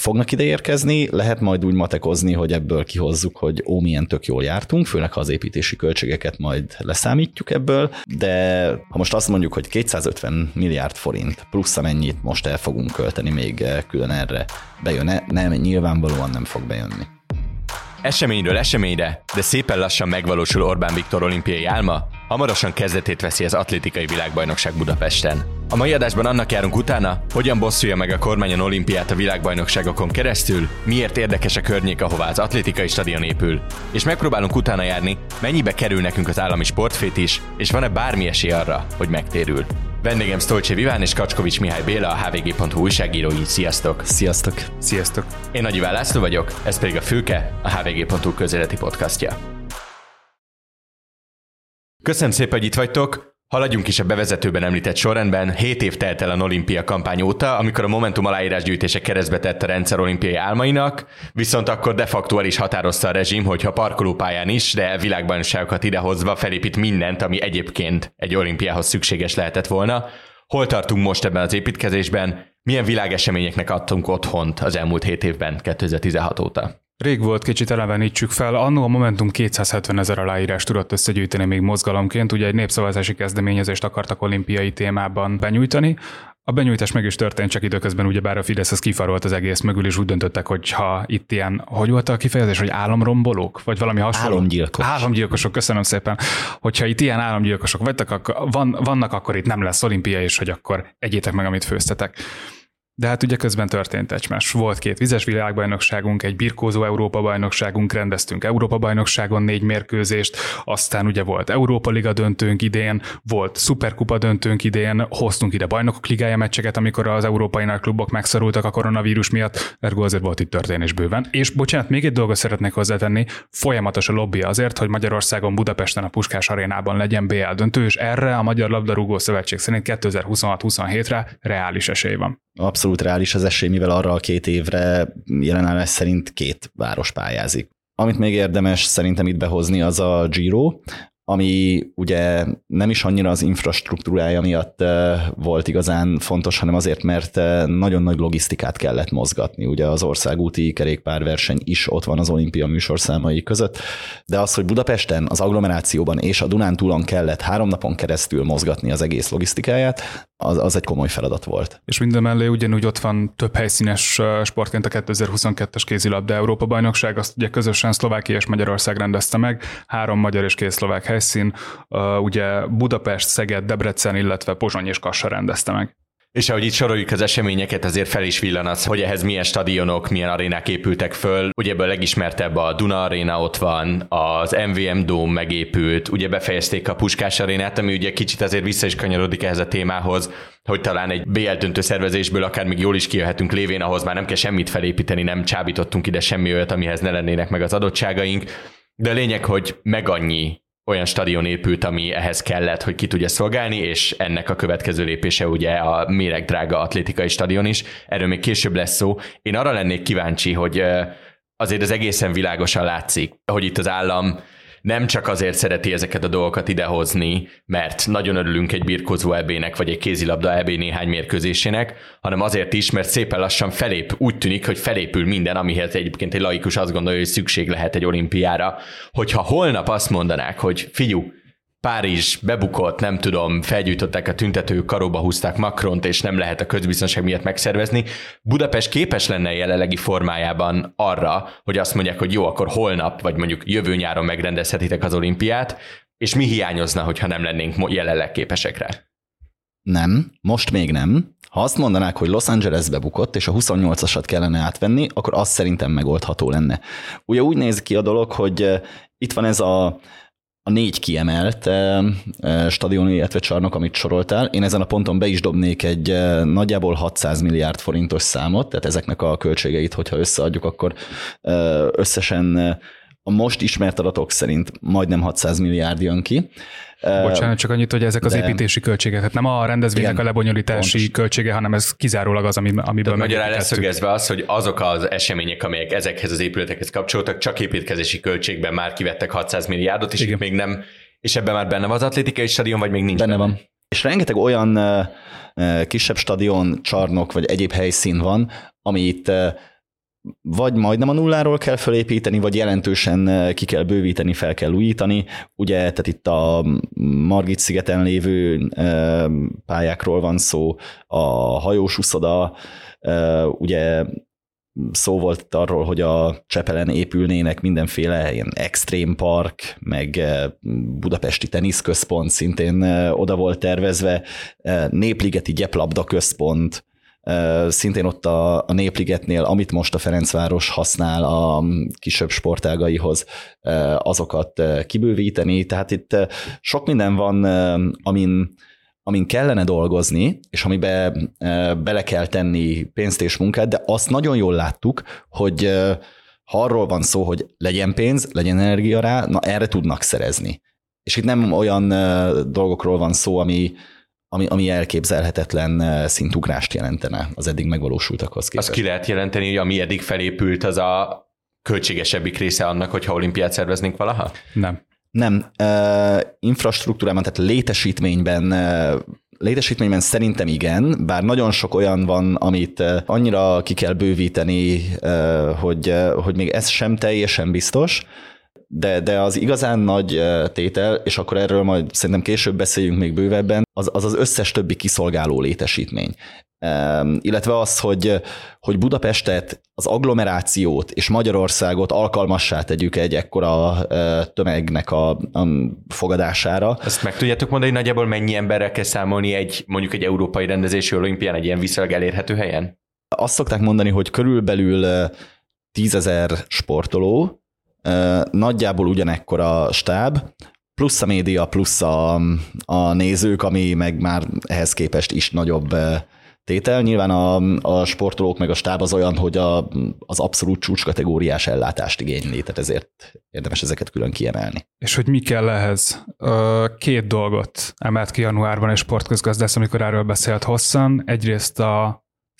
fognak ide érkezni, lehet majd úgy matekozni, hogy ebből kihozzuk, hogy milyen tök jól jártunk, főleg ha az építési költségeket majd leszámítjuk ebből, de ha most azt mondjuk, hogy 250 milliárd forint plusz amennyit most el fogunk költeni még külön erre, bejön-e? Nem, nyilvánvalóan nem fog bejönni. Eseményről eseményre, de szépen lassan megvalósul Orbán Viktor olimpiai álma, hamarosan kezdetét veszi az atlétikai világbajnokság Budapesten. A mai adásban annak járunk utána, hogyan bosszulja meg a kormányon olimpiát a világbajnokságokon keresztül, miért érdekes a környék, ahová az atlétikai stadion épül, és megpróbálunk utána járni, mennyibe kerül nekünk az állami sportfét is, és van-e bármi esély arra, hogy megtérül. Vendégem Sztolcsév Iván és Kacskovics Mihály Béla, a hvg.hu újságírói. Sziasztok! Sziasztok! Sziasztok! Én Nagy Iván László vagyok, ez pedig a Fülke, a hvg.hu közéleti podcastja. Köszönöm szépen, hogy itt vagytok! Haladjunk is a bevezetőben említett sorrendben. 7 év telt el a Olimpia kampány óta, amikor a Momentum aláírásgyűjtése keresztbe tett a rendszer olimpiai álmainak, viszont akkor de facto el is határozta a rezsim, hogyha parkolópályán is, de világbajnokságokat idehozva felépít mindent, ami egyébként egy olimpiához szükséges lehetett volna. Hol tartunk most ebben az építkezésben? Milyen világeseményeknek adtunk otthont az elmúlt 7 évben, 2016 óta? Rég volt, kicsit elevenítsük fel. Annó a Momentum 270 000 aláírást tudott összegyűjteni még mozgalomként, ugye egy népszavazási kezdeményezést akartak olimpiai témában benyújtani. A benyújtás meg is történt, csak időközben ugyebár a Fidesz az kifarolt az egész mögül, és úgy döntöttek, hogy ha itt ilyen, hogy volt a kifejezés, hogy államrombolók, vagy valami hasonló. Államgyilkosok, köszönöm szépen. Hogyha itt ilyen államgyilkosok vannak, akkor itt nem lesz olimpia, és hogy akkor egyétek meg, amit főztetek. De hát ugye közben történt egymás. Volt 2 vizes világbajnokságunk, egy birkózó Európa-bajnokságunk, rendeztünk Európa-bajnokságon 4 mérkőzést, aztán ugye volt Európa-liga döntőnk idén, volt Szuperkupa döntőnk idén, hoztunk ide Bajnokok ligája meccseket, amikor az európai nagyklubok megszorultak a koronavírus miatt, ergo azért volt itt történés bőven. És bocsánat, még egy dolgot szeretnék hozzátenni, folyamatos a lobby azért, hogy Magyarországon, Budapesten a Puskás arénában legyen BL döntő, és erre a Magyar Labdarúgó Szövetség szerint 2026-27-re reális esély van. Abszolút reális az esély, mivel arra a 2 évre jelenállás szerint 2 város pályázik. Amit még érdemes szerintem itt behozni, az a Giro, ami ugye nem is annyira az infrastruktúrája miatt volt igazán fontos, hanem azért, mert nagyon nagy logisztikát kellett mozgatni. Ugye az országúti kerékpárverseny is ott van az olimpia műsorszámai között, de az, hogy Budapesten, az agglomerációban és a Dunántúlon kellett 3 napon keresztül mozgatni az egész logisztikáját, az egy komoly feladat volt. És mindemellé ugyanúgy ott van több helyszínes sportként a 2022-es kézilabda Európa-bajnokság, azt ugye közösen Szlovákia és Magyarország rendezte meg, 3 magyar és 2 szlovák helyszín, ugye Budapest, Szeged, Debrecen, illetve Pozsony és Kassa rendezte meg. És ahogy itt soroljuk az eseményeket, azért fel is villan az, hogy ehhez milyen stadionok, milyen arénák épültek föl. Ugye ebből a legismertebb a Duna Aréna ott van, az MVM Dome megépült, ugye befejezték a Puskás Arénát, ami ugye kicsit azért vissza is kanyarodik ehhez a témához, hogy talán egy BL döntő szervezésből akár még jól is kijöhetünk lévén, ahhoz már nem kell semmit felépíteni, nem csábítottunk ide semmi olyat, amihez ne lennének meg az adottságaink. De a lényeg, hogy meg annyi olyan stadion épült, ami ehhez kellett, hogy ki tudja szolgálni, és ennek a következő lépése ugye a méregdrága atlétikai stadion is. Erről még később lesz szó. Én arra lennék kíváncsi, hogy azért az egészen világosan látszik, hogy itt az állam nem csak azért szereti ezeket a dolgokat idehozni, mert nagyon örülünk egy birkózó EB-nek, vagy egy kézilabda EB néhány mérkőzésének, hanem azért is, mert szépen lassan úgy tűnik, hogy felépül minden, amihez egyébként egy laikus azt gondolja, hogy szükség lehet egy olimpiára. Hogyha holnap azt mondanák, hogy figyú, Párizs bebukott, nem tudom, felgyújtották a tüntetők, karóba húzták Macront, és nem lehet a közbiztonság miatt megszervezni. Budapest képes lenne jelenlegi formájában arra, hogy azt mondják, hogy jó, akkor holnap, vagy mondjuk jövő nyáron megrendezhetitek az olimpiát, és mi hiányozna, hogyha nem lennénk jelenleg képesek rá? Nem, most még nem. Ha azt mondanák, hogy Los Angeles bebukott, és a 28-asat kellene átvenni, akkor az szerintem megoldható lenne. Ugye úgy néz ki a dolog, hogy itt van ez a 4 kiemelt stadion, illetve csarnok, amit soroltál. Én ezen a ponton be is dobnék egy nagyjából 600 milliárd forintos számot, tehát ezeknek a költségeit, hogyha összeadjuk, akkor összesen a most ismert adatok szerint majdnem 600 milliárd jön ki. Bocsánat, csak annyit, hogy ezek az építési költségek, hát nem a rendezvénynek a lebonyolítási pontos költsége, hanem ez kizárólag az, amiből megépítettük. Magyarán leszögezve az, hogy azok az események, amelyek ezekhez az épületekhez kapcsoltak, csak építkezési költségben már kivettek 600 milliárdot, és még nem, és ebben már benne van az atlétikai stadion, vagy még nincs benne? Van. És rengeteg olyan kisebb stadion, csarnok, vagy egyéb helyszín van, ami itt vagy majdnem a nulláról kell felépíteni, vagy jelentősen ki kell bővíteni, fel kell újítani. Ugye, tehát itt a Margit-szigeten lévő pályákról van szó, a hajós uszoda, ugye szó volt arról, hogy a Csepelen épülnének mindenféle ilyen extrém park, meg budapesti teniszközpont szintén oda volt tervezve, Népligeti gyeplabda központ, szintén ott a Népligetnél, amit most a Ferencváros használ a kisebb sportágaihoz, azokat kibővíteni. Tehát itt sok minden van, amin kellene dolgozni, és amibe bele kell tenni pénzt és munkát, de azt nagyon jól láttuk, hogy ha arról van szó, hogy legyen pénz, legyen energia rá, na erre tudnak szerezni. És itt nem olyan dolgokról van szó, ami elképzelhetetlen szintugrást jelentene az eddig megvalósultakhoz képest. Azt ki lehet jelenteni, hogy ami eddig felépült, az a költségesebbik része annak, hogyha olimpiát szerveznénk valaha? Nem. Infrastruktúrában, tehát létesítményben szerintem igen, bár nagyon sok olyan van, amit annyira ki kell bővíteni, hogy még ez sem teljesen biztos, de az igazán nagy tétel, és akkor erről majd szerintem később beszéljünk még bővebben, az összes többi kiszolgáló létesítmény. Illetve az, hogy Budapestet, az agglomerációt és Magyarországot alkalmassá tegyük egy ekkora tömegnek a fogadására. Ezt meg tudjátok mondani, nagyjából mennyi emberrel kell számolni mondjuk egy európai rendezési olimpián egy ilyen viszonylag elérhető helyen? Azt szokták mondani, hogy körülbelül 10 000 sportoló, nagyjából ugyanekkora stáb, plusz a média, plusz a nézők, ami meg már ehhez képest is nagyobb tétel. Nyilván a sportolók meg a stáb az olyan, hogy az abszolút csúcskategóriás ellátást igényli, tehát ezért érdemes ezeket külön kiemelni. És hogy mi kell ehhez? 2 dolgot emelt ki januárban egy sportközgazdász, amikor erről beszélt hosszan. Egyrészt a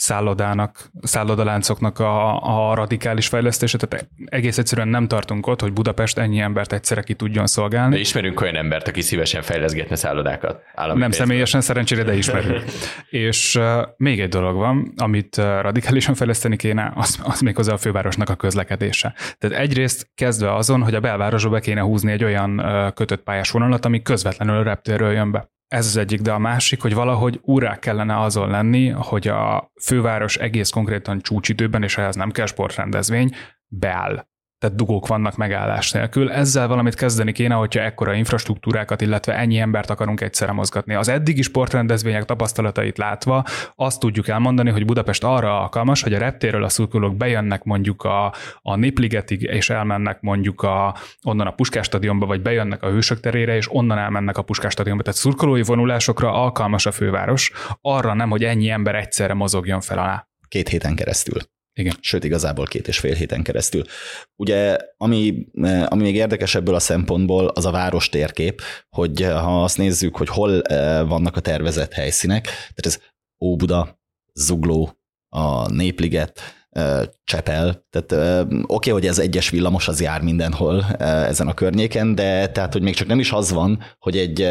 szállodaláncoknak a radikális fejlesztése, tehát egész egyszerűen nem tartunk ott, hogy Budapest ennyi embert egyszerre ki tudjon szolgálni. De ismerünk olyan embert, aki szívesen fejleszgetne szállodákat. Nem személyesen, szerencsére, de ismerünk. És még egy dolog van, amit radikálisan fejleszteni kéne, az méghozzá a fővárosnak a közlekedése. Tehát egyrészt kezdve azon, hogy a belvárosba be kéne húzni egy olyan kötött pályás vonalat, ami közvetlenül a reptérről jön be. Ez az egyik, de a másik, hogy valahogy úrrá kellene azon lenni, hogy a főváros egész konkrétan csúcsidőben, és ehhez nem kell sportrendezvény, beáll. Tehát dugók vannak megállás nélkül. Ezzel valamit kezdeni kéne, hogyha ekkora infrastruktúrákat, illetve ennyi embert akarunk egyszerre mozgatni. Az eddigi sportrendezvények tapasztalatait látva azt tudjuk elmondani, hogy Budapest arra alkalmas, hogy a reptérről a szurkolók bejönnek mondjuk a Népligetig, és elmennek mondjuk onnan a Puskás stadionba, vagy bejönnek a Hősök terére, és onnan elmennek a Puskás stadionba. Tehát szurkolói vonulásokra alkalmas a főváros, arra nem, hogy ennyi ember egyszerre mozogjon fel alá. 2 héten keresztül. Igen. Sőt, igazából 2,5 héten keresztül. Ugye, ami még érdekes ebből a szempontból, az a város térkép, hogy ha azt nézzük, hogy hol vannak a tervezett helyszínek, tehát ez Óbuda, Zugló, a Népliget, Csepel, tehát oké, hogy ez egyes villamos az jár mindenhol ezen a környéken, de tehát, hogy még csak nem is az van, hogy egy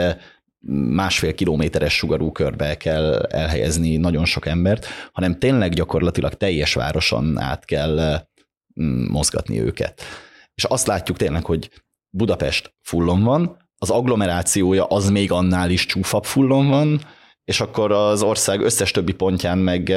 1,5 kilométeres sugarú körbe kell elhelyezni nagyon sok embert, hanem tényleg gyakorlatilag teljes városon át kell mozgatni őket. És azt látjuk tényleg, hogy Budapest fullon van, az agglomerációja az még annál is csúfabb fullon van, és akkor az ország összes többi pontján meg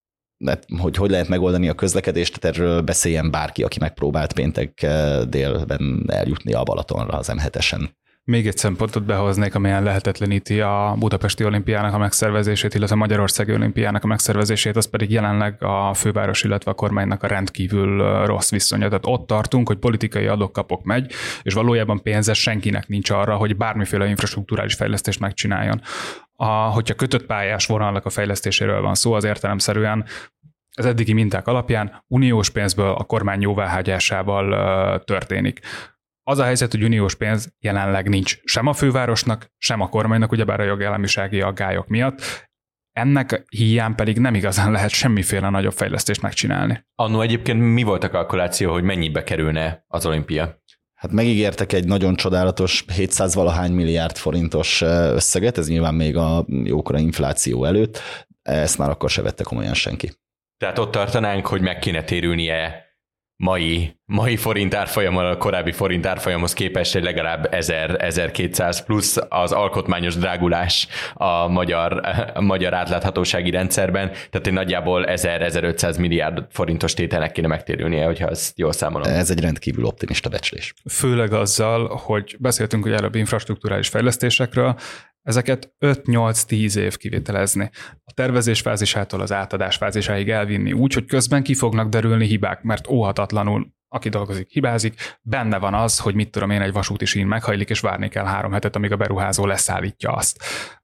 hogy lehet megoldani a közlekedést, tehát erről beszéljen bárki, aki megpróbált péntek délben eljutni a Balatonra az M7-esen. Még egy szempontot behoznék, amelyen lehetetleníti a budapesti olimpiának a megszervezését, illetve a magyarországi olimpiának a megszervezését, az pedig jelenleg a főváros, illetve a kormánynak a rendkívül rossz viszonya. Tehát ott tartunk, hogy politikai adok-kapok megy, és valójában pénze senkinek nincs arra, hogy bármiféle infrastrukturális fejlesztést megcsináljon. Hogyha kötött pályás vonalnak a fejlesztéséről van szó, az értelemszerűen az eddigi minták alapján uniós pénzből a kormány jóváhagyásával történik. Az a helyzet, hogy uniós pénz jelenleg nincs sem a fővárosnak, sem a kormánynak, ugyebár a jogállamisági aggályok miatt. Ennek híján pedig nem igazán lehet semmiféle nagyobb fejlesztést megcsinálni. Annó egyébként mi volt a kalkuláció, hogy mennyibe kerülne az olimpia? Hát megígértek egy nagyon csodálatos 700-valahány milliárd forintos összeget, ez nyilván még a jókora infláció előtt, ezt már akkor se vette komolyan senki. Tehát ott tartanánk, hogy meg kéne térülnie mai forint árfolyamon, a korábbi forint árfolyamhoz képest egy legalább 1000-1200 plusz az alkotmányos drágulás a magyar átláthatósági rendszerben, tehát egy nagyjából 1000-1500 milliárd forintos tételnek kéne megtérülnie, hogyha ezt jól számolom. Ez egy rendkívül optimista becslés. Főleg azzal, hogy beszéltünk ugye előbb infrastrukturális fejlesztésekről, ezeket 5-8-10 év kivitelezni. A tervezés fázisától az átadás fázisáig elvinni úgy, hogy közben ki fognak derülni hibák, mert óhatatlanul aki dolgozik, hibázik, benne van az, hogy mit tudom én, egy vasúti sín meghajlik, és várni kell 3 hetet, amíg a beruházó leszállítja azt.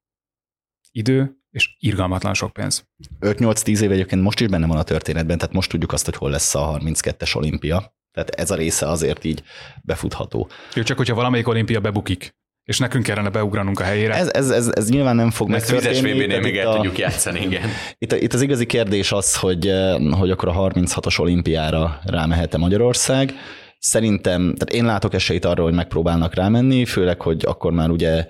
Idő és irgalmatlan sok pénz. 5-8-10 év egyébként most is benne van a történetben, tehát most tudjuk azt, hogy hol lesz a 32-es olimpia. Tehát ez a része azért így befutható. Jó, csak hogyha valamelyik olimpia bebukik, és nekünk kellene beugranunk a helyére. Ez nyilván nem fog megtörténni. Ezt vizes VB-nél még el tudjuk játszani, igen. Itt az igazi kérdés az, hogy akkor a 36-os olimpiára rámehet-e Magyarország. Szerintem, tehát én látok esélyt arra, hogy megpróbálnak rámenni, főleg, hogy akkor már ugye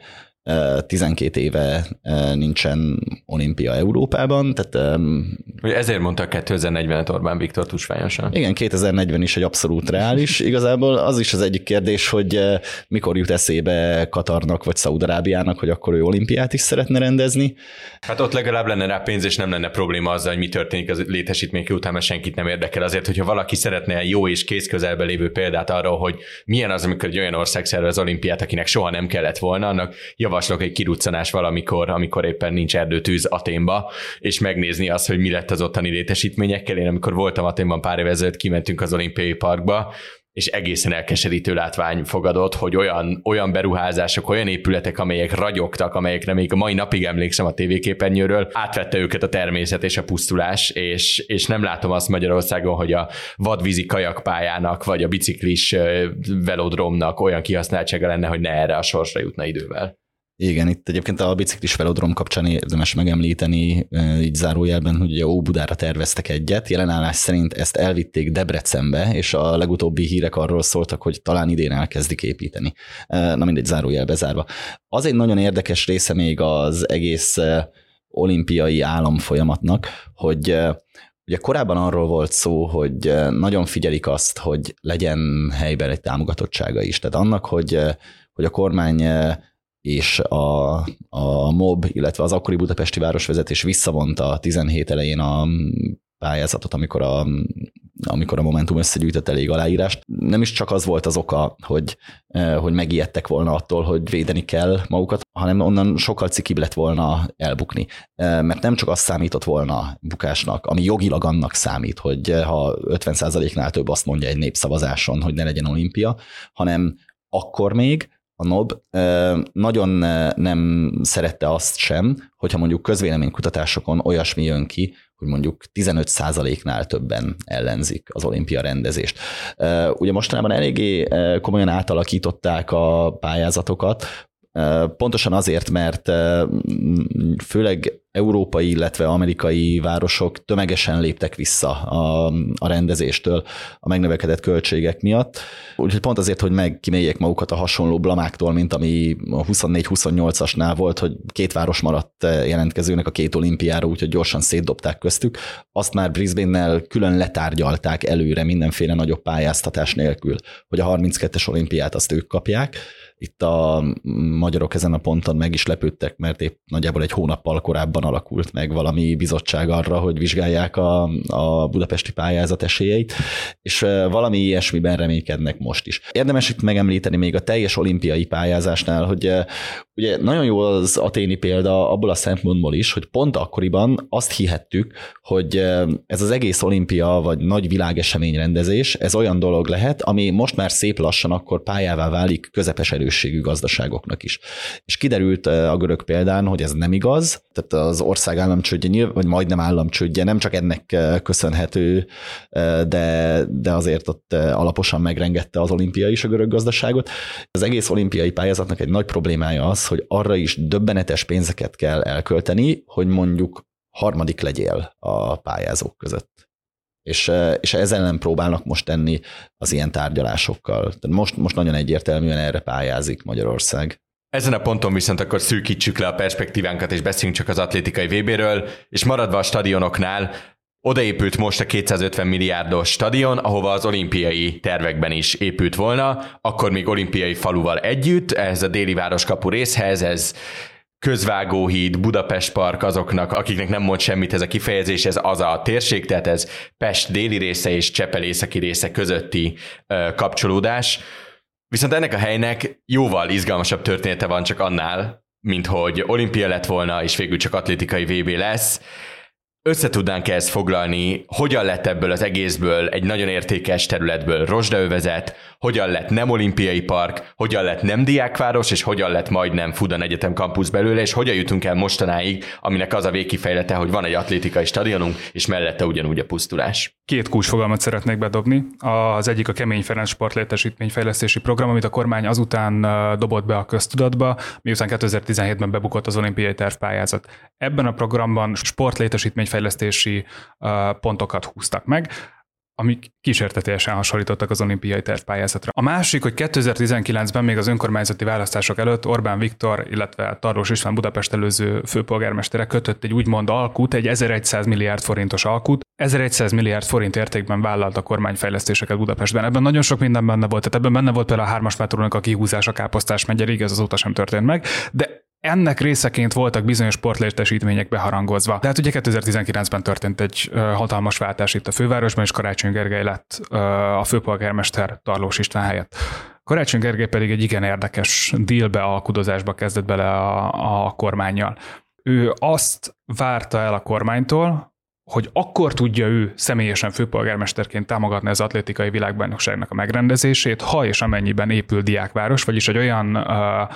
12 éve nincsen olimpia Európában. Tehát, ezért mondta 2040-et Orbán Viktor tusványosan. Igen, 2040 is egy abszolút reális. Igazából az is az egyik kérdés, hogy mikor jut eszébe Katarnak vagy Szaúd-Arábiának, hogy akkor ő olimpiát is szeretne rendezni. Hát ott legalább lenne rá pénz, és nem lenne probléma azzal, hogy mi történik az létesítmény után, mert senkit nem érdekel. Azért, hogyha valaki szeretne jó és kész közelbe lévő példát arról, hogy milyen az, amikor egy olyan ország szervez olimpiát, akinek soha nem kellett volna, annak javaslok egy kiruccanás valamikor, amikor éppen nincs erdőtűz Athénba, és megnézni azt, hogy mi lett az ottani létesítményekkel. Én amikor voltam Athénban pár évvel ezelőtt, kimentünk az olimpiai parkba, és egészen elkeserítő látvány fogadott, hogy olyan beruházások, olyan épületek, amelyek ragyogtak, amelyekre még a mai napig emlékszem a tévéképernyőről, átvette őket a természet és a pusztulás, és nem látom azt Magyarországon, hogy a vadvízi kajakpályának, vagy a biciklis velodromnak olyan kihasználtsága lenne, hogy ne erre a sorsra jutna idővel. Igen, itt egyébként a biciklis velodrom kapcsán érdemes megemlíteni, így zárójelben, hogy ugye Óbudára terveztek egyet, jelenállás szerint ezt elvitték Debrecenbe, és a legutóbbi hírek arról szóltak, hogy talán idén elkezdik építeni. Na mindegy, zárójelbe zárva. Az egy nagyon érdekes része még az egész olimpiai államfolyamatnak, hogy ugye korábban arról volt szó, hogy nagyon figyelik azt, hogy legyen helyben egy támogatottsága is. Tehát annak, hogy a kormány és a MOB, illetve az akkori budapesti városvezetés visszavonta a 17 elején a pályázatot, amikor a Momentum összegyűjtött elég aláírást. Nem is csak az volt az oka, hogy megijedtek volna attól, hogy védeni kell magukat, hanem onnan sokkal cikibb lett volna elbukni. Mert nem csak az számított volna bukásnak, ami jogilag annak számít, hogy ha 50%-nál több azt mondja egy népszavazáson, hogy ne legyen olimpia, hanem akkor még a NOB nagyon nem szerette azt sem, hogyha mondjuk közvéleménykutatásokon olyasmi jön ki, hogy mondjuk 15%-nál többen ellenzik az olimpia rendezést. Ugye mostanában eléggé komolyan átalakították a pályázatokat, pontosan azért, mert főleg európai, illetve amerikai városok tömegesen léptek vissza a rendezéstől a megnövekedett költségek miatt. Úgyhogy pont azért, hogy kiméljék magukat a hasonló blamáktól, mint ami a 24-28-asnál volt, hogy 2 város maradt jelentkezőnek a 2 olimpiára, úgyhogy gyorsan szétdobták köztük. Azt már Brisbane-nel külön letárgyalták előre mindenféle nagyobb pályáztatás nélkül, hogy a 32-es olimpiát azt ők kapják. Itt a magyarok ezen a ponton meg is lepődtek, mert épp nagyjából egy hónappal korábban alakult meg valami bizottság arra, hogy vizsgálják a budapesti pályázat esélyeit, és valami ilyesmiben reménykednek most is. Érdemes itt megemlíteni még a teljes olimpiai pályázásnál, hogy ugye nagyon jó az aténi példa abból a szempontból is, hogy pont akkoriban azt hihettük, hogy ez az egész olimpia vagy nagy világesemény rendezés, ez olyan dolog lehet, ami most már szép lassan akkor pályává válik közepes erősségű gazdaságoknak is. És kiderült a görög példán, hogy ez nem igaz, tehát az ország államcsődje, vagy majdnem államcsődje nem csak ennek köszönhető, de azért ott alaposan megrengette az olimpia is a görög gazdaságot. Az egész olimpiai pályázatnak egy nagy problémája az, hogy arra is döbbenetes pénzeket kell elkölteni, hogy mondjuk harmadik legyél a pályázók között. És ez ellen próbálnak most tenni az ilyen tárgyalásokkal. Tehát most nagyon egyértelműen erre pályázik Magyarország. Ezen a ponton viszont akkor szűkítsük le a perspektívánkat, és beszéljünk csak az atlétikai VB-ről, és maradva a stadionoknál, Odaépült most a 250 milliárdos stadion, ahova az olimpiai tervekben is épült volna, akkor még olimpiai faluval együtt, ez a déli városkapu részhez, ez Közvágóhíd, Budapest Park azoknak, akiknek nem mond semmit ez a kifejezés, ez az a térség, tehát ez Pest déli része és Csepel északi része közötti kapcsolódás. Viszont ennek a helynek jóval izgalmasabb története van csak annál, mint hogy olimpia lett volna, és végül csak atlétikai VB lesz. Összetudnánk ezt foglalni, hogyan lett ebből az egészből, egy nagyon értékes területből rozsdaövezet, hogyan lett nem olimpiai park, hogyan lett nem diákváros, és hogyan lett majdnem Fudan Egyetem kampusz belőle, és hogyan jutunk el mostanáig, aminek az a végkifejlete, hogy van egy atlétikai stadionunk, és mellette ugyanúgy a pusztulás. 2 kulcsfogalmat szeretnék bedobni. Az egyik a Kemény Ferenc sportlétesítményfejlesztési program, amit a kormány azután dobott be a köztudatba, miután 2017-ben bebukott az olimpiai tervpályázat. Ebben a programban sportlétesítményfejlesztési pontokat húztak meg, amik kísértetésen hasonlítottak az olimpiai tervpályázatra. A másik, hogy 2019-ben még az önkormányzati választások előtt Orbán Viktor, illetve Tarlós István Budapest előző főpolgármestere kötött egy úgymond alkut, egy 1100 milliárd forintos alkut. 1100 milliárd forint értékben vállalt a kormányfejlesztéseket Budapestben. Ebben nagyon sok minden benne volt, tehát ebben benne volt például a 3-as metrónak a kihúzása Káposztás megyéig, ez azóta sem történt meg, de ennek részeként voltak bizonyos sportlétesítmények beharangozva. Tehát ugye 2019-ben történt egy hatalmas váltás itt a fővárosban, és Karácsony Gergely lett a főpolgármester Tarlós István helyett. Karácsony Gergely pedig egy igen érdekes dealbe, alkudozásba kezdett bele a kormánnyal. Ő azt várta el a kormánytól, hogy akkor tudja ő személyesen főpolgármesterként támogatni az atlétikai világbajnokságnak a megrendezését, ha és amennyiben épül diákváros, vagyis egy olyan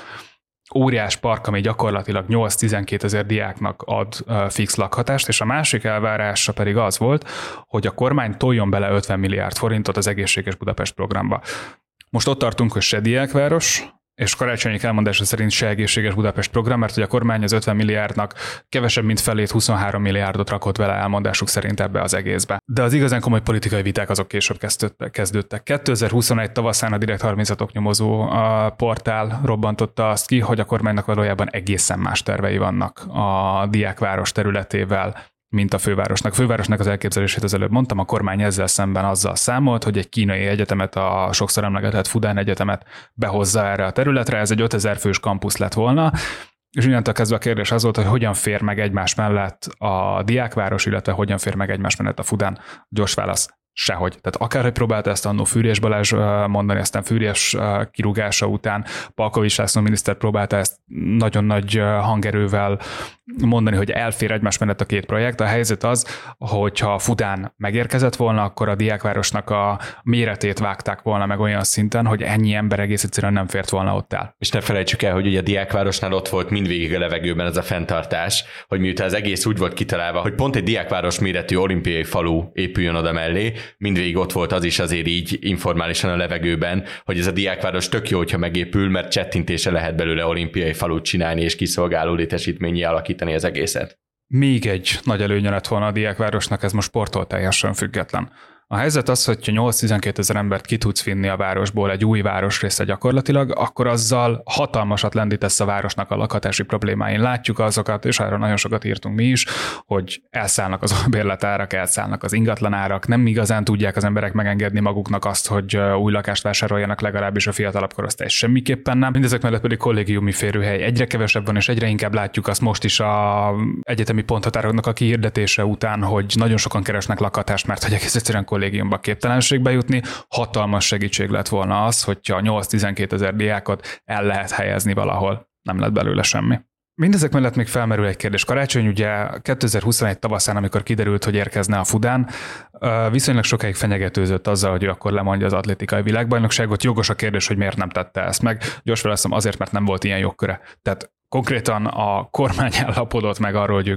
óriás park, ami gyakorlatilag 8-12 ezer diáknak ad fix lakhatást, és a másik elvárása pedig az volt, hogy a kormány toljon bele 50 milliárd forintot az Egészséges Budapest programba. Most ott tartunk, hogy se diákváros, és Karácsonyék elmondása szerint se Egészséges Budapest program, mert hogy a kormány az 50 milliárdnak kevesebb, mint felét, 23 milliárdot rakott vele elmondásuk szerint ebbe az egészbe. De az igazán komoly politikai viták azok később kezdődtek. 2021 tavaszán a Direkt 36-ok nyomozó portál robbantotta azt ki, hogy a kormánynak valójában egészen más tervei vannak a diákváros területével, mint a fővárosnak. A fővárosnak az elképzelését az előbb mondtam, a kormány ezzel szemben azzal számolt, hogy egy kínai egyetemet, a sokszor emlegetett Fudan Egyetemet behozza erre a területre, ez egy 5000 fős kampusz lett volna, és innentől kezdve a kérdés az volt, hogy hogyan fér meg egymás mellett a diákváros, illetve hogyan fér meg egymás mellett a Fudan. Gyors válasz, sehogy. Tehát akárhogy próbálta ezt annó Fűrjes Balázs mondani, aztán Fűrjes kirúgása után Palkovics László miniszter próbálta ezt nagyon nagy hangerővel mondani, hogy elfér egymás mellett a 2 projekt. A helyzet az, hogyha Fudán megérkezett volna, akkor a diákvárosnak a méretét vágták volna meg olyan szinten, hogy ennyi ember egész egyszerűen nem fért volna ott el. És ne felejtsük el, hogy ugye a diákvárosnál ott volt mindvégig a levegőben ez a fenntartás, hogy miután az egész úgy volt kitalálva, hogy pont egy diákváros méretű olimpiai falu épüljön oda mellé, mindvégig ott volt az is azért így informálisan a levegőben, hogy ez a diákváros tök jó, hogyha megépül, mert csettintése lehet belőle olimpiai falut csinálni és kiszolgáló létesítményi alakítani az egészet. Még egy nagy előnye lett volna a diákvárosnak, ez most sporttól teljesen független. A helyzet az, hogy 8-12 ezer embert ki tudsz vinni a városból egy új városrészre gyakorlatilag, akkor azzal hatalmasat lendítesz a városnak a lakhatási problémáin. Látjuk azokat, és arra nagyon sokat írtunk mi is, hogy elszállnak az bérletárak, elszállnak az ingatlanárak, nem igazán tudják az emberek megengedni maguknak azt, hogy új lakást vásároljanak, legalábbis a fiatalabb korosztály semmiképpen nem. Mindezek mellett pedig kollégiumi férőhely egyre kevesebb van, és egyre inkább látjuk azt most is a egyetemi ponthatároknak a kihirdetése után, hogy nagyon sokan keresnek lakhatást, mert hogy egész egyszerűen kollégiumba képtelenségbe jutni. Hatalmas segítség lett volna az, hogyha 8-12 ezer diákot el lehet helyezni valahol. Nem lett belőle semmi. Mindezek mellett még felmerül egy kérdés. Karácsony ugye 2021 tavaszán, amikor kiderült, hogy érkezne a Fudán, viszonylag sokáig fenyegetőzött azzal, hogy ő akkor lemondja az atlétikai világbajnokságot. Jogos a kérdés, hogy miért nem tette ezt meg. Gyors válaszom, azért, mert nem volt ilyen jogköre. Tehát konkrétan a kormány állapodott meg arról, hogy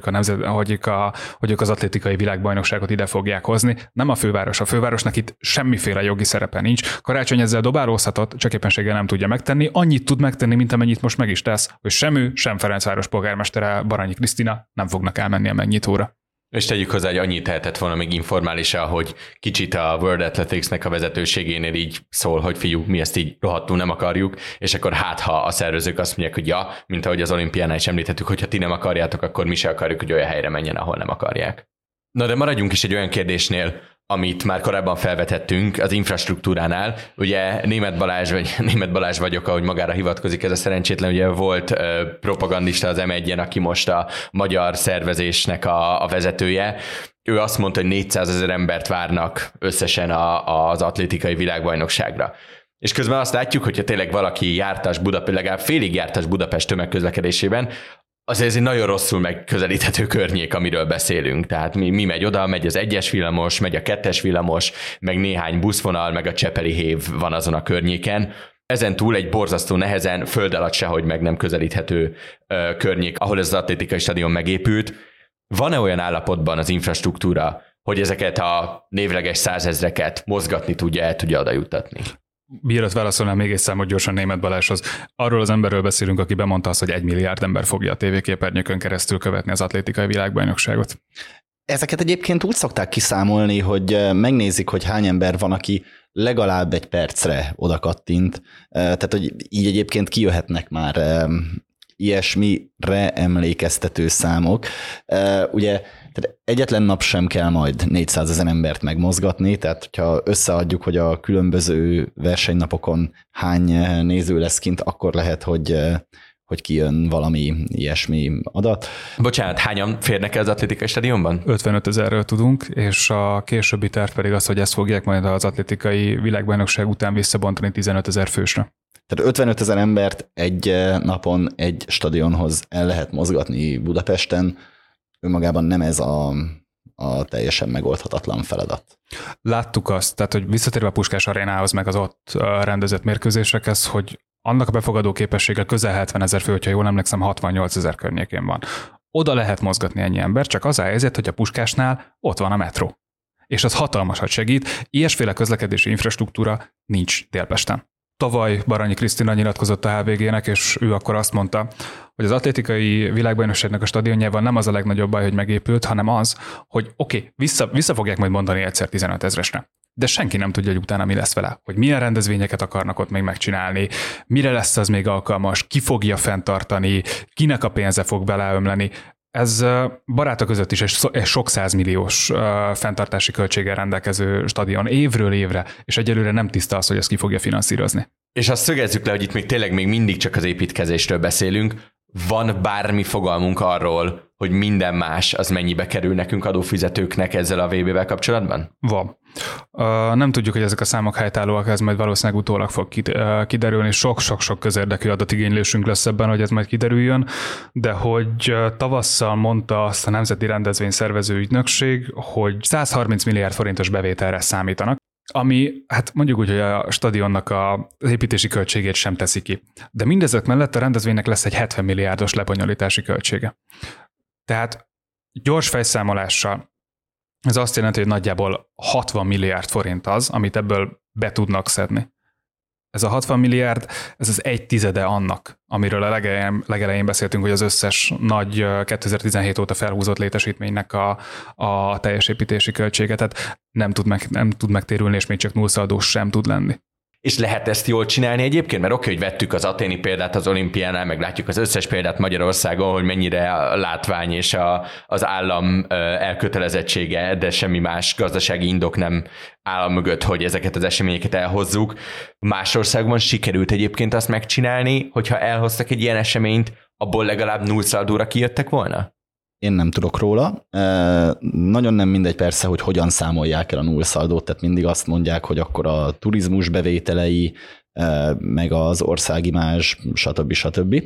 ők az atlétikai világbajnokságot ide fogják hozni. Nem a főváros. A fővárosnak itt semmiféle jogi szerepe nincs. Karácsony ezzel dobálózhatott, csak éppenséggel nem tudja megtenni. Annyit tud megtenni, mint amennyit most meg is tesz, hogy sem ő, sem Ferencváros polgármestere Baranyi Krisztina nem fognak elmenni a megnyitóra. És tegyük hozzá, hogy annyit tehetett volna még informálisan, hogy kicsit a World Athletics-nek a vezetőségénél így szól, hogy fiú, mi ezt így rohadtul nem akarjuk, és akkor ha a szervezők azt mondják, hogy ja, mint ahogy az olimpiánál is említettük, hogy ha ti nem akarjátok, akkor mi se akarjuk, hogy olyan helyre menjen, ahol nem akarják. Na de maradjunk is egy olyan kérdésnél, amit már korábban felvetettünk az infrastruktúránál. Ugye Németh Balázs vagyok, ahogy magára hivatkozik ez a szerencsétlen, ugye volt propagandista az M1-en, aki most a magyar szervezésnek a vezetője. Ő azt mondta, hogy 400 000 embert várnak összesen az atlétikai világbajnokságra. És közben azt látjuk, hogyha tényleg valaki jártas Budapest, legalább félig jártas Budapest tömegközlekedésében, azért ez egy nagyon rosszul megközelíthető környék, amiről beszélünk. Tehát mi megy oda, megy az 1-es villamos, megy a 2-es villamos, meg néhány buszvonal, meg a Csepeli hév van azon a környéken. Ezen túl egy borzasztó nehezen, föld alatt sehogy meg nem közelíthető környék, ahol ez az atlétikai stadion megépült. Van-e olyan állapotban az infrastruktúra, hogy ezeket a névleges 100 000-eket mozgatni tudja, el tudja oda juttatni? Mielőtt válaszolnám még egy számot gyorsan Németh Balázshoz. Arról az emberről beszélünk, aki bemondta azt, hogy 1 milliárd ember fogja a tévéképernyőkön keresztül követni az atlétikai világbajnokságot. Ezeket egyébként úgy szokták kiszámolni, hogy megnézik, hogy hány ember van, aki legalább egy percre oda kattint. Tehát, hogy így egyébként kijöhetnek már ilyesmire emlékeztető számok. Ugye tehát egyetlen nap sem kell majd 400 000 embert megmozgatni, tehát hogyha összeadjuk, hogy a különböző versenynapokon hány néző lesz kint, akkor lehet, hogy kijön valami ilyesmi adat. Bocsánat, hányan férnek el az atlétikai stadionban? 55 000-ről tudunk, és a későbbi terv pedig az, hogy ezt fogják majd az atlétikai világbajnokság után visszabontani 15 000 fősre. Tehát 55 000 embert egy napon egy stadionhoz el lehet mozgatni Budapesten, önmagában nem ez a teljesen megoldhatatlan feladat. Láttuk azt, tehát hogy visszatérve a Puskás Arénához, meg az ott rendezett mérkőzésekhez, hogy annak a befogadó képessége közel 70 000 fő, hogyha jól emlékszem, 68 000 környékén van. Oda lehet mozgatni ennyi ember, csak az a helyzet, hogy a Puskásnál ott van a metró. És az hatalmasat segít, ilyesféle közlekedési infrastruktúra nincs Délpesten. Tavaly Baranyi Krisztina nyilatkozott a HVG-nek, és ő akkor azt mondta, hogy az atlétikai világbajnokságnak a stadionjával nem az a legnagyobb baj, hogy megépült, hanem az, hogy oké, vissza fogják majd mondani egyszer 15 000-esre. De senki nem tudja, hogy utána mi lesz vele, hogy milyen rendezvényeket akarnak ott még megcsinálni, mire lesz az még alkalmas, ki fogja fenntartani, kinek a pénze fog beleömleni. Ez barátok között is egy sok százmilliós fenntartási költséggel rendelkező stadion évről évre, és egyelőre nem tiszta az, hogy ezt ki fogja finanszírozni. És azt szögezzük le, hogy itt még tényleg még mindig csak az építkezésről beszélünk. Van bármi fogalmunk arról, hogy minden más az mennyibe kerül nekünk adófizetőknek ezzel a VB-vel kapcsolatban? Van. Nem tudjuk, hogy ezek a számok helytállóak, ez majd valószínűleg utólag fog kiderülni. Sok-sok közérdekű adatigénylésünk lesz ebben, hogy ez majd kiderüljön, de hogy tavasszal mondta azt a Nemzeti Rendezvényszervező Ügynökség, hogy 130 milliárd forintos bevételre számítanak, ami, hát mondjuk úgy, hogy a stadionnak az építési költségét sem teszi ki. De mindezek mellett a rendezvénynek lesz egy 70 milliárdos lebonyolítási költsége. Tehát gyors fejszámolással ez azt jelenti, hogy nagyjából 60 milliárd forint az, amit ebből be tudnak szedni. Ez a 60 milliárd, ez az 1/10 annak, amiről a legelején beszéltünk, hogy az összes nagy 2017 óta felhúzott létesítménynek a teljes építési költsége, tehát nem tud megtérülni, és még csak nullszaldós sem tud lenni. És lehet ezt jól csinálni egyébként? Mert oké, hogy vettük az aténi példát az olimpiánál, meg látjuk az összes példát Magyarországon, hogy mennyire a látvány és az állam elkötelezettsége, de semmi más gazdasági indok nem áll mögött, hogy ezeket az eseményeket elhozzuk. Más országban sikerült egyébként azt megcsinálni, hogyha elhoztak egy ilyen eseményt, abból legalább nullszaldóra kijöttek volna? Én nem tudok róla. Nagyon nem mindegy persze, hogy hogyan számolják el a nullszaldót, tehát mindig azt mondják, hogy akkor a turizmus bevételei, meg az országimázs, stb.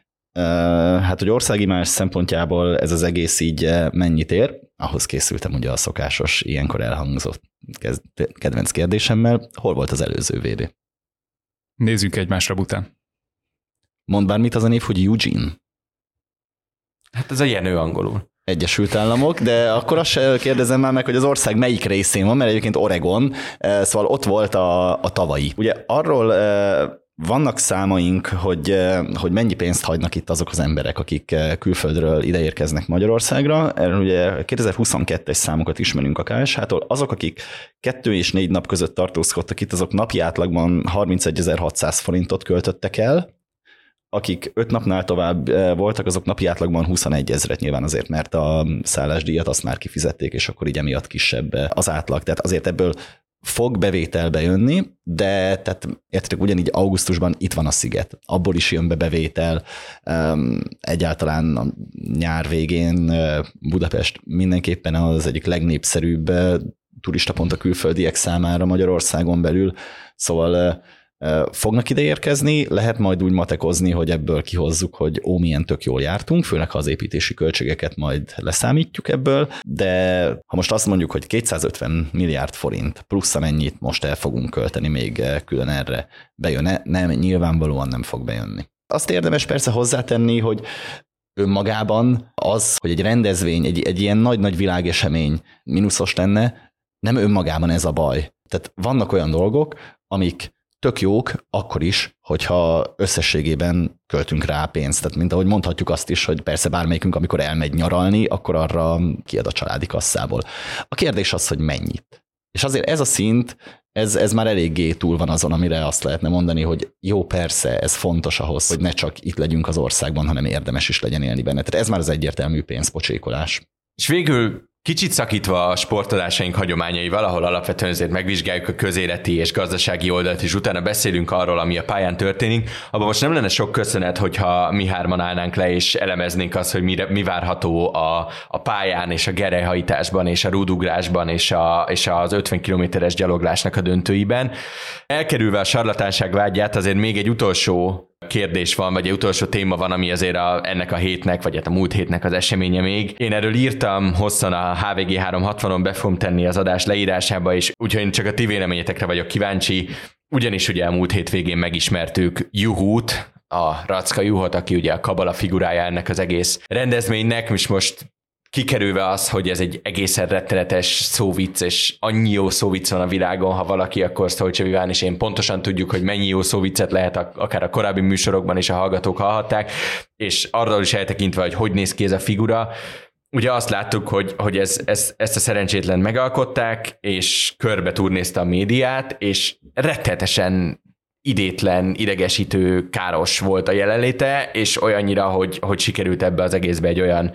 Hát, hogy országimázs szempontjából ez az egész így mennyit ér, ahhoz készültem ugye a szokásos, ilyenkor elhangzott kedvenc kérdésemmel, hol volt az előző VB? Nézzük egymásra után. Mondd bár mit az a név, hogy Eugene? Hát ez a Jenő angolul. Egyesült Államok, de akkor azt se kérdezem már meg, hogy az ország melyik részén van, mert egyébként Oregon, szóval ott volt a tavai. Ugye arról vannak számaink, hogy mennyi pénzt hagynak itt azok az emberek, akik külföldről ideérkeznek Magyarországra. Erről ugye 2022-es számokat ismerünk a KSH-tól. Azok, akik 2 és 4 nap között tartózkodtak itt, azok napi átlagban 31 600 forintot költöttek el. akik 5 napnál tovább voltak, azok napi átlagban 21 000 nyilván azért, mert a szállásdíjat azt már kifizették, és akkor így emiatt kisebb az átlag. Tehát azért ebből fog bevételbe jönni, de tehát értitek, ugyanígy augusztusban itt van a sziget. Abból is jön be bevétel. Egyáltalán a nyár végén Budapest mindenképpen az egyik legnépszerűbb turistapont a külföldiek számára Magyarországon belül. Szóval fognak ide érkezni, lehet majd úgy matekozni, hogy ebből kihozzuk, hogy milyen tök jól jártunk, főleg ha az építési költségeket majd leszámítjuk ebből, de ha most azt mondjuk, hogy 250 milliárd forint plusz amennyit most el fogunk költeni még külön erre, bejön-e? Nem, nyilvánvalóan nem fog bejönni. Azt érdemes persze hozzátenni, hogy önmagában az, hogy egy rendezvény, egy ilyen nagy-nagy világesemény mínuszos lenne, nem önmagában ez a baj. Tehát vannak olyan dolgok, amik tök jók akkor is, hogyha összességében költünk rá pénzt. Tehát mint ahogy mondhatjuk azt is, hogy persze bármelyikünk, amikor elmegy nyaralni, akkor arra kiad a családi kasszából. A kérdés az, hogy mennyit. És azért ez a szint, ez már eléggé túl van azon, amire azt lehetne mondani, hogy jó, persze, ez fontos ahhoz, hogy ne csak itt legyünk az országban, hanem érdemes is legyen élni benne. Tehát ez már az egyértelmű pénzpocsékolás. És végül kicsit szakítva a sportolásaink hagyományaival, ahol alapvetően azért megvizsgáljuk a közéleti és gazdasági oldalt, és utána beszélünk arról, ami a pályán történik, abban most nem lenne sok köszönet, hogyha mi hárman állnánk le, és elemeznénk azt, hogy mi várható a pályán, és a gerelyhajtásban, és a rúdugrásban, és az 50 kilométeres gyaloglásnak a döntőiben. Elkerülve a sarlatánság vágyát, azért még egy utolsó kérdés van, vagy egy utolsó téma van, ami azért ennek a hétnek, vagy hát a múlt hétnek az eseménye még. Én erről írtam hosszan a HVG 360-on, be fogom tenni az adás leírásába, és úgyhogy én csak a ti véleményetekre vagyok kíváncsi, ugyanis ugye a múlt hétvégén megismertük Juhút, a Racka Juhot, aki ugye a kabala figurája ennek az egész rendezvénynek, és most kikerülve az, hogy ez egy egészen rettenetes szóvicc, és annyi jó szóvicc van a világon, ha valaki, akkor Sztolcse Viván, és én pontosan tudjuk, hogy mennyi jó szóviccet lehet akár a korábbi műsorokban is a hallgatók hallhatták, és arról is eltekintve, hogy néz ki ez a figura. Ugye azt láttuk, hogy ezt a szerencsétlen megalkották, és körbe turnézte a médiát, és rettenetesen idétlen, idegesítő, káros volt a jelenléte, és olyannyira, hogy sikerült ebbe az egészbe egy olyan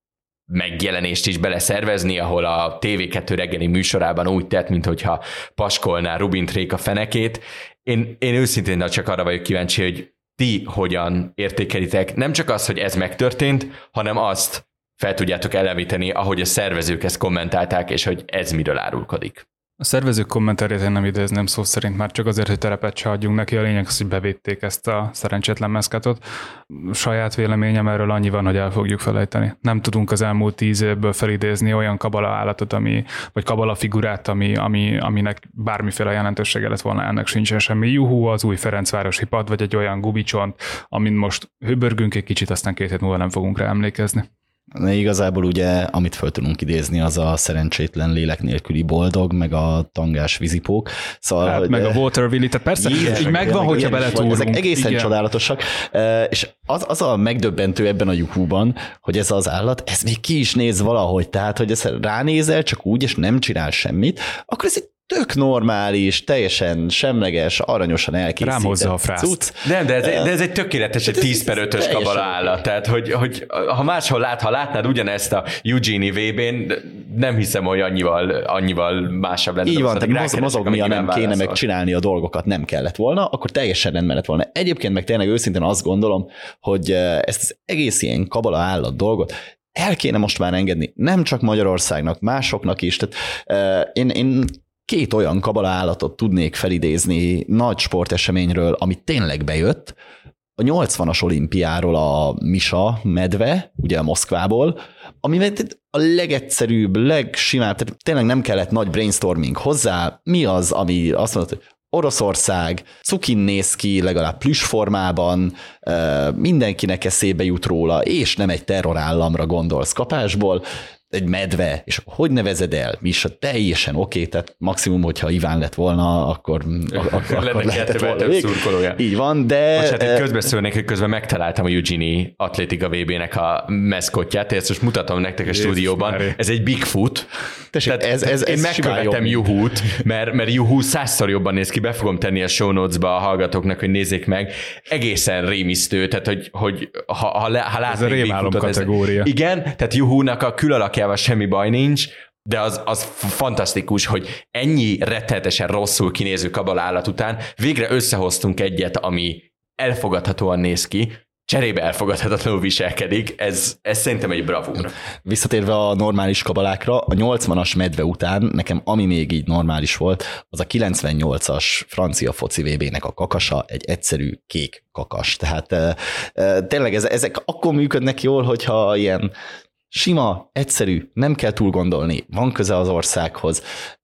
megjelenést is beleszervezni, ahol a TV2 reggeli műsorában úgy tett, minthogyha paskolná Rubint Réka fenekét. Én őszintén csak arra vagyok kíváncsi, hogy ti hogyan értékelitek, nem csak az, hogy ez megtörtént, hanem azt fel tudjátok eleveníteni, ahogy a szervezők ezt kommentálták, és hogy ez miről árulkodik. A szervezők kommentárját én nem idézném szó szerint, már csak azért, hogy terepet se adjunk neki, a lényeg az, hogy bevédték ezt a szerencsétlen meszkatot. Saját véleményem erről annyi van, hogy el fogjuk felejteni. Nem tudunk az elmúlt 10 évből felidézni olyan kabala állatot, vagy kabala figurát, aminek bármiféle jelentősége lett volna, ennek sincsen semmi. Juhú, az új Ferencvárosi pad, vagy egy olyan gubicsont, amin most hőbörgünk egy kicsit, aztán 2 hét múlva nem fogunk rá emlékezni. De igazából ugye, amit föl tudunk idézni, az a szerencsétlen lélek nélküli boldog, meg a tangás vízipók. Szóval, hát, hogy, meg a Waterville, tehát persze, így megvan, hogyha beletúrunk. Ezek egészen csodálatosak, és az a megdöbbentő ebben a Juhúban, hogy ez az állat, ez még ki is néz valahogy, tehát, hogy ezt ránézel csak úgy, és nem csinál semmit, akkor ez egy tök normális, teljesen semleges, aranyosan elkészített. Rám hozza a frászt. Cucc. Nem, de ez egy tökéletes, egy 10/5-ös kabala állat. Tehát, hogy ha máshol látnád ugyanezt a Eugenie VB-n, nem hiszem, hogy annyival másabb lenne. Így van, tehát mozognia nem kéne megcsinálni a dolgokat, nem kellett volna, akkor teljesen rendben lett volna. Egyébként meg tényleg őszintén azt gondolom, hogy ezt az egész ilyen kabala állat dolgot el kéne most már engedni, nem csak Magyarországnak, másoknak is. Tehát én 2 olyan kabala állatot tudnék felidézni nagy sporteseményről, ami tényleg bejött. A 80-as olimpiáról a Misa medve, ugye a Moszkvából, ami a legegyszerűbb, legsimább, tehát tényleg nem kellett nagy brainstorming hozzá. Mi az, ami azt mondod, hogy Oroszország, cukin néz ki, legalább plüss formában, mindenkinek eszébe jut róla, és nem egy terrorállamra gondolsz kapásból. egy medve, és akkor hogy nevezed el? Misha, teljesen oké, tehát maximum, hogyha Iván lett volna, akkor lehetett volna. Így van, de... Most hát közbeszólnék, hogy közben megtaláltam a Eugenie Atlétika VB-nek a meszkotját, ezt most mutatom nektek a stúdióban. Ez egy Bigfoot. Tessék, én megkövetem Juhút, mert Juhú 100-szor jobban néz ki, be fogom tenni a show notes-ba a hallgatóknak, hogy nézzék meg. Egészen rémisztő, tehát hogy ha látnék ez a rémálom kategória. Igen, tehát Juhúnak a külalakjával semmi baj nincs, de az fantasztikus, hogy ennyi rettenetesen rosszul kinéző kabalállat után végre összehoztunk egyet, ami elfogadhatóan néz ki, cserébe elfogadhatatlanul viselkedik, ez szerintem egy bravúr. Visszatérve a normális kabalákra, a 80-as medve után nekem ami még így normális volt, az a 98-as francia foci VB-nek a kakasa, egy egyszerű kék kakas. Tehát tényleg ezek akkor működnek jól, hogyha ilyen sima, egyszerű, nem kell túl gondolni, van köze az országhoz,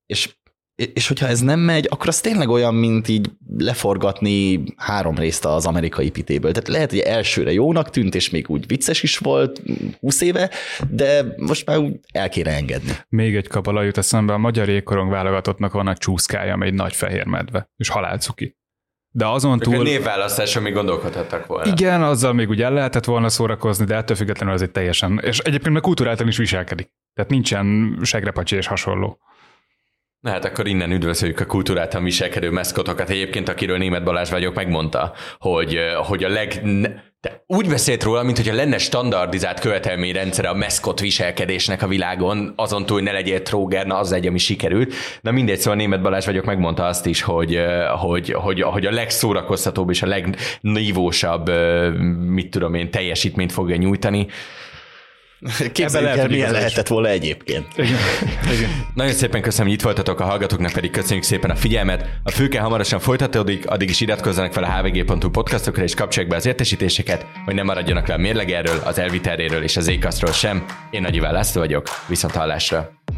és hogyha ez nem megy, akkor az tényleg olyan, mint így leforgatni 3 részt az amerikai pitéből. Tehát lehet, hogy elsőre jónak tűnt, és még úgy vicces is volt 20 éve, de most már úgy el kéne engedni. Még egy kabala jut eszembe, a magyar jégkorong válogatottnak van a csúszkája, amely egy nagy fehér medve, és halálcuki. De azon túl... A névválasztáson még gondolkodhattak volna. Igen, azzal még ugye el lehetett volna szórakozni, de ettől függetlenül az egy teljesen... És egyébként meg kulturáltan is viselkedik. Tehát nincsen segrepacsi és hasonló. Na hát akkor innen üdvözöljük a kultúráltan viselkedő meszkotokat. Egyébként, akiről Németh Balázs vagyok, megmondta, hogy a de úgy beszélt róla, mintha lenne standardizált követelményrendszere a meszkot viselkedésnek a világon, azon túl, hogy ne legyél tróger, na az egy, ami sikerült. Na mindegy, szóval Németh Balázs vagyok, megmondta azt is, hogy a legszórakoztatóbb és a legnívósabb, teljesítményt fogja nyújtani. Képzeljük el, milyen lehetett volna egyébként. Igen. Nagyon szépen köszönöm, hogy itt voltatok, a hallgatóknak pedig köszönjük szépen a figyelmet. A Fülke hamarosan folytatódik, addig is iratkozzanak fel a hvg.hu podcastokra, és kapcsolják be az értesítéseket, hogy ne maradjanak le a mérlegerről, az elvitelről és az Zcastról sem. Én Nagy Iván László vagyok, viszont hallásra.